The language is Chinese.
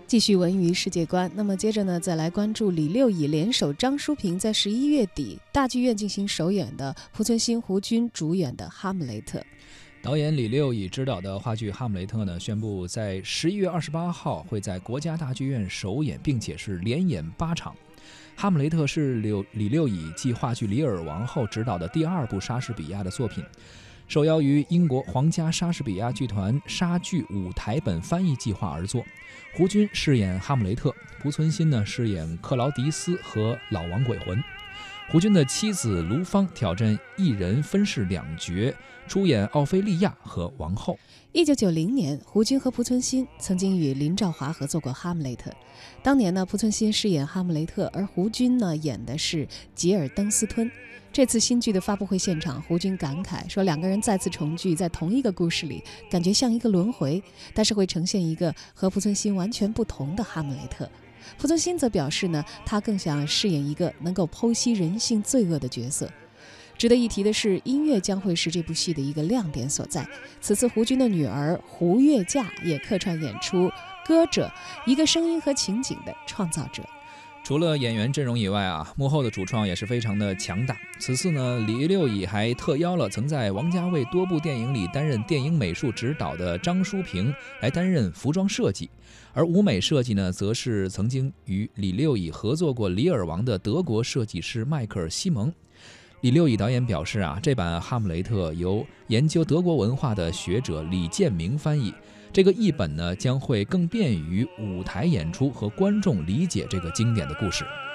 继续文娱世界观。那么接着呢，再来关注李六乙联手张淑平在11月底大剧院进行首演的濮存昕、胡军主演的《哈姆雷特》。 导演李六乙执导的话剧《哈姆雷特》呢，宣布在11月28号会在国家大剧院首演，并且是连演8场。《哈姆雷特》是李六乙继话剧《李尔王》后执导的第2部莎士比亚的作品，受邀于英国皇家莎士比亚剧团莎剧舞台本翻译计划而作。胡军饰演哈姆雷特，濮存昕呢饰演克劳迪斯和老王鬼魂。胡军的妻子卢芳挑战一人分饰2角，出演奥菲利亚和王后。 1990年，胡军和濮存昕曾经与林兆华合作过《哈姆雷特》。当年呢，濮存昕饰演哈姆雷特，而胡军呢演的是吉尔登斯吞。这次新剧的发布会现场，胡军感慨说，2个人再次重聚在同一个故事里，感觉像一个轮回，但是会呈现一个和濮存昕完全不同的哈姆雷特。濮存昕则表示呢，他更想饰演一个能够剖析人性罪恶的角色。值得一提的是，音乐将会是这部戏的一个亮点所在。此次胡军的女儿胡月嫁也客串演出歌者，一个声音和情景的创造者。 除了演员阵容以外幕后的主创也是非常的强大。此次呢，李六乙还特邀了曾在王家卫多部电影里担任电影美术指导的张淑平来担任服装设计，而舞美设计呢，则是曾经与李六乙合作过《李尔王》的德国设计师迈克尔·西蒙。李六乙导演表示这版《哈姆雷特》由研究德国文化的学者李建明翻译，这个译本呢将会更便于舞台演出和观众理解这个经典的故事。